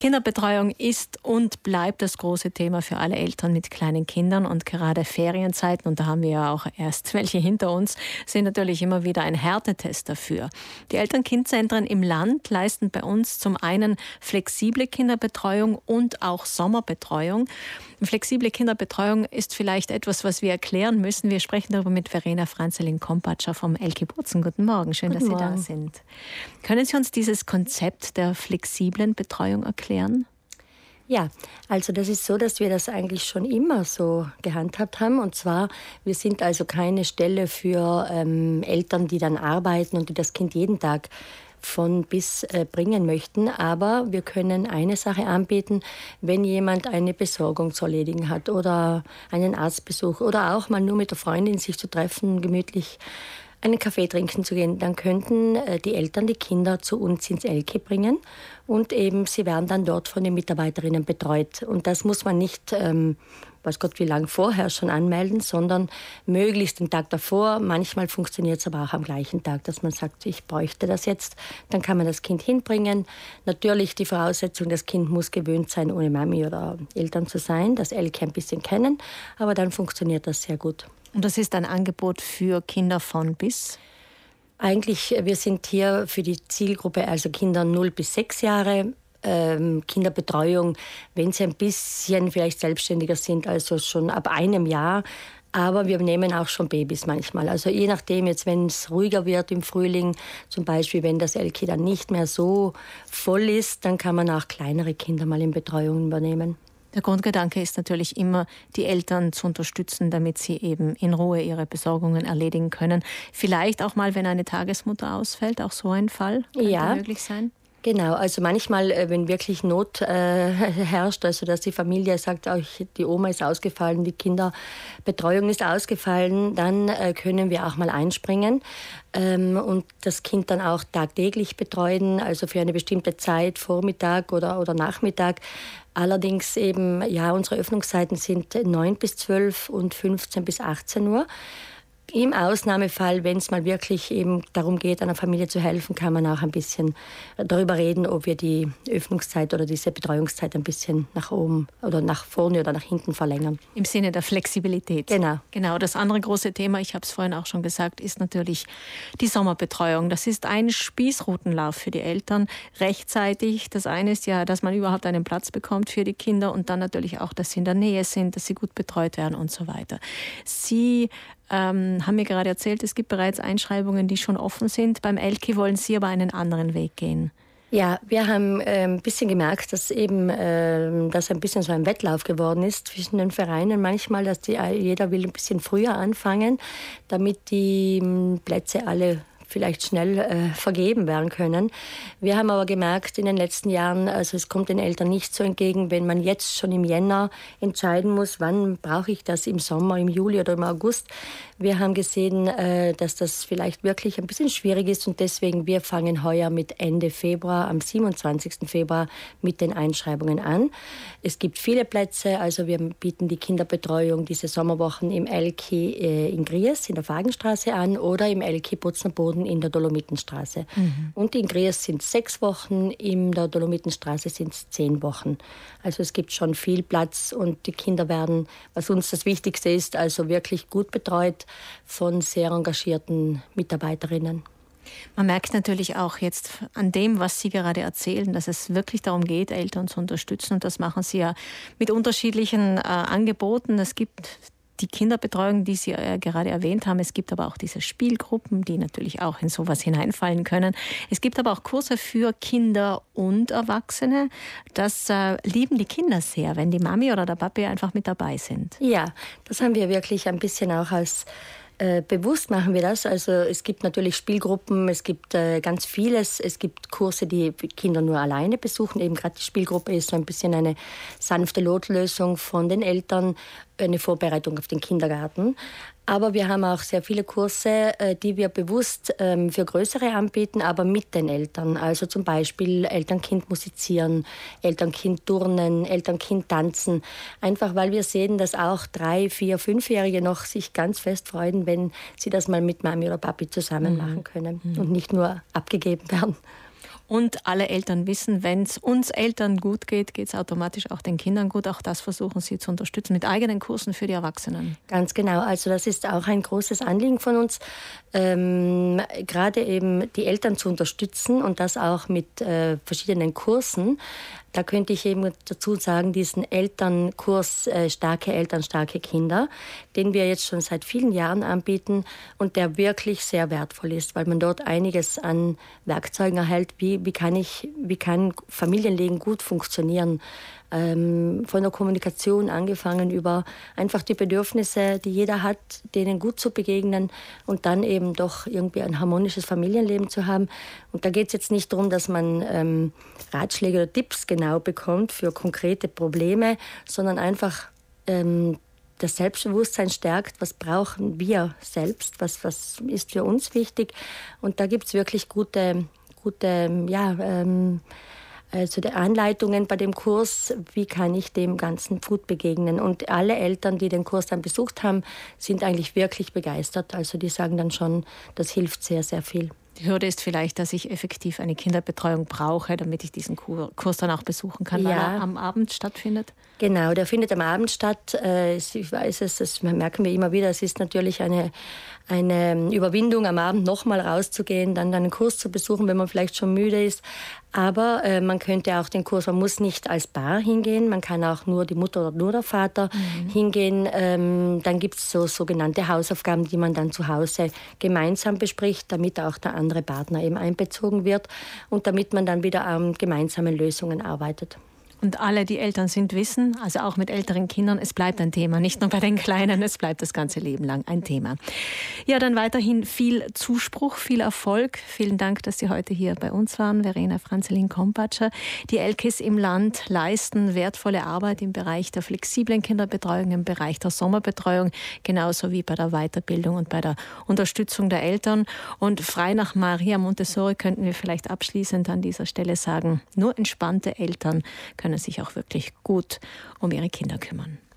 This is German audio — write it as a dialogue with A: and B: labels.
A: Kinderbetreuung ist und bleibt das große Thema für alle Eltern mit kleinen Kindern, und gerade Ferienzeiten, und da haben wir ja auch erst welche hinter uns, sind natürlich immer wieder ein Härtetest dafür. Die Eltern-Kind-Zentren im Land leisten bei uns zum einen flexible Kinderbetreuung und auch Sommerbetreuung. Flexible Kinderbetreuung ist vielleicht etwas, was wir erklären müssen. Wir sprechen darüber mit Verena Franzelin-Kompatscher vom Elki Bozen. Guten Morgen, schön, dass Sie da sind. Können Sie uns dieses Konzept der flexiblen Betreuung erklären?
B: Ja, also das ist so, dass wir das eigentlich schon immer so gehandhabt haben. Und zwar, wir sind also keine Stelle für Eltern, die dann arbeiten und die das Kind jeden Tag von bis bringen möchten. Aber wir können eine Sache anbieten, wenn jemand eine Besorgung zu erledigen hat oder einen Arztbesuch oder auch mal nur mit der Freundin sich zu treffen, gemütlich einen Kaffee trinken zu gehen, dann könnten die Eltern die Kinder zu uns ins Elki bringen und eben sie werden dann dort von den Mitarbeiterinnen betreut. Und das muss man nicht, weiß Gott wie lange vorher schon anmelden, sondern möglichst den Tag davor. Manchmal funktioniert es aber auch am gleichen Tag, dass man sagt, ich bräuchte das jetzt. Dann kann man das Kind hinbringen. Natürlich die Voraussetzung, das Kind muss gewöhnt sein, ohne Mami oder Eltern zu sein, das Elki ein bisschen kennen, aber dann funktioniert das sehr gut.
A: Und das ist ein Angebot für Kinder von bis?
B: Eigentlich, wir sind hier für die Zielgruppe, also Kinder 0 bis 6 Jahre, Kinderbetreuung, wenn sie ein bisschen vielleicht selbstständiger sind, also schon ab einem Jahr. Aber wir nehmen auch schon Babys manchmal. Also je nachdem, jetzt wenn es ruhiger wird im Frühling, zum Beispiel wenn das Elki dann nicht mehr so voll ist, dann kann man auch kleinere Kinder mal in Betreuung übernehmen.
A: Der Grundgedanke ist natürlich immer, die Eltern zu unterstützen, damit sie eben in Ruhe ihre Besorgungen erledigen können. Vielleicht auch mal, wenn eine Tagesmutter ausfällt, auch so ein Fall könnte möglich sein?
B: Genau, also manchmal, wenn wirklich Not herrscht, also dass die Familie sagt, die Oma ist ausgefallen, die Kinderbetreuung ist ausgefallen, dann können wir auch mal einspringen und das Kind dann auch tagtäglich betreuen, also für eine bestimmte Zeit, Vormittag oder Nachmittag. Allerdings eben, ja, unsere Öffnungszeiten sind 9 bis 12 und 15 bis 18 Uhr. Im Ausnahmefall, wenn es mal wirklich eben darum geht, einer Familie zu helfen, kann man auch ein bisschen darüber reden, ob wir die Öffnungszeit oder diese Betreuungszeit ein bisschen nach oben oder nach vorne oder nach hinten verlängern.
A: Im Sinne der Flexibilität. Genau. Das andere große Thema, ich habe es vorhin auch schon gesagt, ist natürlich die Sommerbetreuung. Das ist ein Spießrutenlauf für die Eltern rechtzeitig. Das eine ist ja, dass man überhaupt einen Platz bekommt für die Kinder und dann natürlich auch, dass sie in der Nähe sind, dass sie gut betreut werden und so weiter. Sie haben mir gerade erzählt, es gibt bereits Einschreibungen, die schon offen sind. Beim Elki wollen Sie aber einen anderen Weg gehen.
B: Ja, wir haben ein bisschen gemerkt, dass eben das ein bisschen so ein Wettlauf geworden ist zwischen den Vereinen manchmal, dass jeder will ein bisschen früher anfangen, damit die Plätze alle vielleicht schnell vergeben werden können. Wir haben aber gemerkt in den letzten Jahren, also es kommt den Eltern nicht so entgegen, wenn man jetzt schon im Jänner entscheiden muss, wann brauche ich das, im Sommer, im Juli oder im August. Wir haben gesehen, dass das vielleicht wirklich ein bisschen schwierig ist und deswegen wir fangen heuer mit Ende Februar, am 27. Februar mit den Einschreibungen an. Es gibt viele Plätze, also wir bieten die Kinderbetreuung diese Sommerwochen im Elki in Gries in der Fagenstraße an oder im Elki Bozner Boden in der Dolomitenstraße. Und in Gries sind es 6 Wochen, in der Dolomitenstraße sind es 10 Wochen. Also es gibt schon viel Platz und die Kinder werden, was uns das Wichtigste ist, also wirklich gut betreut von sehr engagierten Mitarbeiterinnen.
A: Man merkt natürlich auch jetzt an dem, was Sie gerade erzählen, dass es wirklich darum geht, Eltern zu unterstützen. Und das machen Sie ja mit unterschiedlichen Angeboten. Es gibt die Kinderbetreuung, die Sie gerade erwähnt haben. Es gibt aber auch diese Spielgruppen, die natürlich auch in sowas hineinfallen können. Es gibt aber auch Kurse für Kinder und Erwachsene. Das lieben die Kinder sehr, wenn die Mami oder der Papi einfach mit dabei sind.
B: Ja, das haben wir wirklich ein bisschen auch als bewusst machen wir das. Also es gibt natürlich Spielgruppen, es gibt ganz vieles. Es gibt Kurse, die Kinder nur alleine besuchen. Eben gerade die Spielgruppe ist so ein bisschen eine sanfte Notlösung von den Eltern, eine Vorbereitung auf den Kindergarten. Aber wir haben auch sehr viele Kurse, die wir bewusst für Größere anbieten, aber mit den Eltern. Also zum Beispiel Eltern-Kind musizieren, Eltern-Kind turnen, Eltern-Kind tanzen. Einfach weil wir sehen, dass auch 3-, 4-, 5-Jährige noch sich ganz fest freuen, wenn sie das mal mit Mami oder Papi zusammen machen können und nicht nur abgegeben werden.
A: Und alle Eltern wissen, wenn es uns Eltern gut geht, geht es automatisch auch den Kindern gut. Auch das versuchen Sie zu unterstützen mit eigenen Kursen für die Erwachsenen.
B: Ganz genau. Also das ist auch ein großes Anliegen von uns, gerade eben die Eltern zu unterstützen und das auch mit verschiedenen Kursen. Da könnte ich eben dazu sagen, diesen Elternkurs Starke Eltern, starke Kinder, den wir jetzt schon seit vielen Jahren anbieten und der wirklich sehr wertvoll ist, weil man dort einiges an Werkzeugen erhält, wie kann Familienleben gut funktionieren. Von der Kommunikation angefangen über einfach die Bedürfnisse, die jeder hat, denen gut zu begegnen und dann eben doch irgendwie ein harmonisches Familienleben zu haben. Und da geht es jetzt nicht darum, dass man Ratschläge oder Tipps genau bekommt für konkrete Probleme, sondern einfach das Selbstbewusstsein stärkt, was brauchen wir selbst, was ist für uns wichtig. Und da gibt es wirklich gute also die Anleitungen bei dem Kurs, wie kann ich dem Ganzen gut begegnen. Und alle Eltern, die den Kurs dann besucht haben, sind eigentlich wirklich begeistert. Also die sagen dann schon, das hilft sehr, sehr viel.
A: Die Hürde ist vielleicht, dass ich effektiv eine Kinderbetreuung brauche, damit ich diesen Kurs dann auch besuchen kann, weil er am Abend stattfindet.
B: Genau, der findet am Abend statt. Ich weiß es, das merken wir immer wieder. Es ist natürlich eine Überwindung, am Abend nochmal rauszugehen, dann einen Kurs zu besuchen, wenn man vielleicht schon müde ist. Aber man könnte auch den Kurs, man muss nicht als Paar hingehen, man kann auch nur die Mutter oder nur der Vater hingehen. Dann gibt es so sogenannte Hausaufgaben, die man dann zu Hause gemeinsam bespricht, damit auch der andere Partner eben einbezogen wird und damit man dann wieder an gemeinsamen Lösungen arbeitet.
A: Und alle, die Eltern sind, wissen, also auch mit älteren Kindern, es bleibt ein Thema. Nicht nur bei den Kleinen, es bleibt das ganze Leben lang ein Thema. Ja, dann weiterhin viel Zuspruch, viel Erfolg. Vielen Dank, dass Sie heute hier bei uns waren, Verena Franzelin-Kompatscher. Die Elkis im Land leisten wertvolle Arbeit im Bereich der flexiblen Kinderbetreuung, im Bereich der Sommerbetreuung, genauso wie bei der Weiterbildung und bei der Unterstützung der Eltern. Und frei nach Maria Montessori könnten wir vielleicht abschließend an dieser Stelle sagen, nur entspannte Eltern können sich auch wirklich gut um ihre Kinder kümmern.